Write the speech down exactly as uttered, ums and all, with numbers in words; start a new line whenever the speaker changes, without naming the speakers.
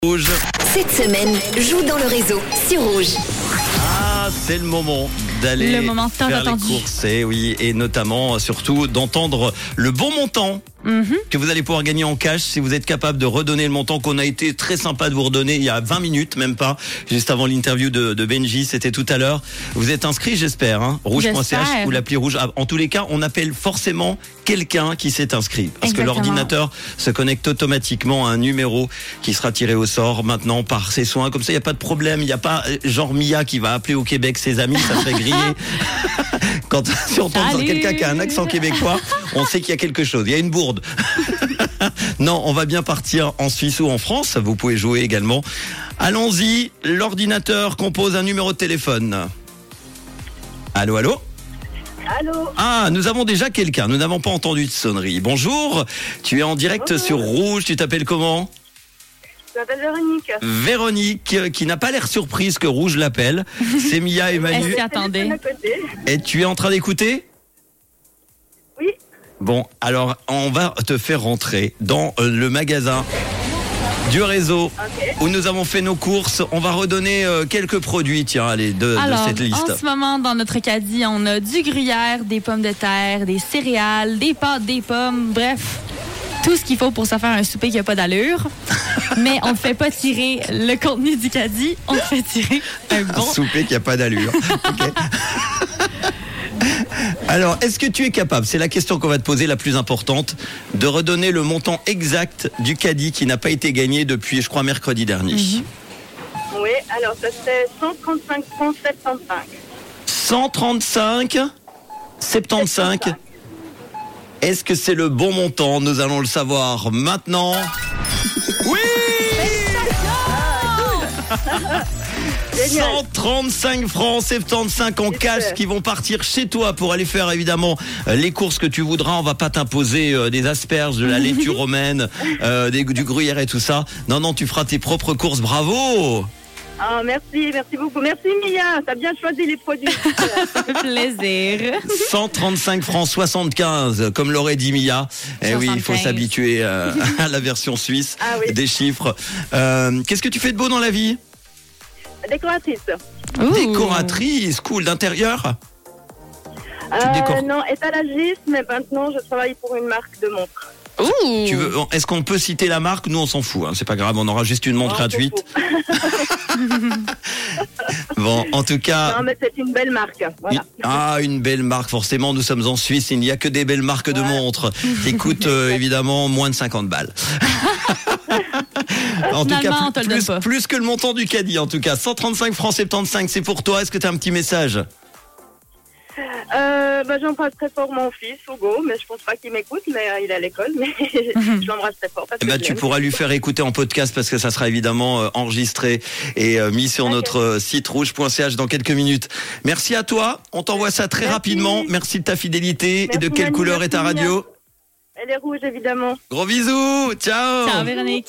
Rouge.
Cette semaine, joue dans le réseau sur Rouge.
Ah, c'est le moment d'aller
Le moment tant
faire
attendu.
les courses, et oui, et notamment, surtout, d'entendre le bon montant
Mhm.
que vous allez pouvoir gagner en cash si vous êtes capable de redonner le montant qu'on a été très sympa de vous redonner il y a vingt minutes, même pas, juste avant l'interview de, de Benji, c'était tout à l'heure. Vous êtes inscrit, j'espère, hein, rouge point c h
J'espère.
ou l'appli rouge. En tous les cas, on appelle forcément quelqu'un qui s'est inscrit parce
Exactement.
que l'ordinateur se connecte automatiquement à un numéro qui sera tiré au sort maintenant par ses soins. Comme ça, il n'y a pas de problème, il n'y a pas euh, genre Mia qui va appeler au Québec ses amis, ça fait griller. Quand si on entend
Salut.
quelqu'un qui a un accent québécois, on sait qu'il y a quelque chose, il y a une bourde. Non, on va bien partir en Suisse ou en France, vous pouvez jouer également. Allons-y, l'ordinateur compose un numéro de téléphone. Allô, allô ?
Allô,
Ah, nous avons déjà quelqu'un, nous n'avons pas entendu de sonnerie. Bonjour, tu es en direct
Bonjour.
sur Rouge, tu t'appelles comment ?
je m'appelle Véronique.
Véronique, euh, qui n'a pas l'air surprise que Rouge l'appelle. C'est Mia et
Elle
Manu.
s'y attendait.
Téléphone à côté.
Et tu es en train d'écouter ?
Oui,
Bon, alors on va te faire rentrer dans euh, le magasin du réseau
ok.
où nous avons fait nos courses. On va redonner euh, quelques produits, tiens, allez, de, de
Alors,
cette liste.
en ce moment, dans notre caddie, on a du gruyère, des pommes de terre, des céréales, des pâtes, des pommes, bref, tout ce qu'il faut pour se faire un souper qui n'a pas d'allure. Mais on ne fait pas tirer le contenu du caddie, on fait tirer un
Un
bon...
souper qui n'a pas d'allure. Ok. Alors, est-ce que tu es capable, c'est la question qu'on va te poser la plus importante, de redonner le montant exact du caddie qui n'a pas été gagné depuis, je crois, mercredi dernier.
Mhm.
Oui, alors ça fait cent trente-cinq francs soixante-quinze.
cent trente-cinq soixante-quinze. Est-ce que c'est le bon montant ? Nous allons le savoir maintenant. Oui !
Génial.
cent trente-cinq francs soixante-quinze en cash
Super.
qui vont partir chez toi pour aller faire évidemment euh, les courses que tu voudras. On va pas t'imposer euh, des asperges, de la laitue romaine, euh, des- du gruyère et tout ça. Non, non, tu feras tes propres courses. Bravo!
Ah, merci, merci beaucoup. Merci Mia, t'as bien choisi les produits.
Plaisir.
cent trente-cinq francs soixante-quinze, comme l'aurait dit Mia. Eh oui, il faut
soixante-quinze.
s'habituer euh, à la version suisse
Ah oui.
des chiffres. Euh, Qu'est-ce que tu fais de beau dans la vie ?
Décoratrice.
Ouh.
Décoratrice, cool, d'intérieur ?
Euh,
décores.
non, étalagiste, mais maintenant je travaille pour une marque de montres.
Ouh.
Tu veux, est-ce qu'on peut citer la marque ? Nous, on s'en fout. Hein, c'est pas grave, on aura juste une montre
Oh,
gratuite.
c'est faux.
Bon, en tout cas.
Non, mais c'est une belle marque. Voilà.
Ah, une belle marque, forcément. Nous sommes en Suisse, il n'y a que des belles marques de
Ouais.
montres qui coûtent euh, évidemment moins de cinquante balles. En tout
Finalement,
cas,
on te le
plus,
donne pas.
plus que le montant du caddie, en tout cas. cent trente-cinq francs soixante-quinze, c'est pour toi. Est-ce que tu as un petit message ?
Euh, bah, j'embrasse très fort mon fils, Hugo, mais je pense pas qu'il m'écoute, mais euh, il est à l'école, mais je l'embrasse très fort. Parce
Eh
que
ben,
je
tu
l'aime.
pourras lui faire écouter en podcast parce que ça sera évidemment euh, enregistré et euh, mis sur
Ok.
notre euh, site rouge point c h dans quelques minutes. Merci à toi. On t'envoie ça très
Merci.
rapidement. Merci de ta fidélité.
Merci,
et de quelle
Manu,
couleur est ta
merci,
radio ?
Elle est rouge, évidemment.
Gros bisous. Ciao.
Ciao, Véronique.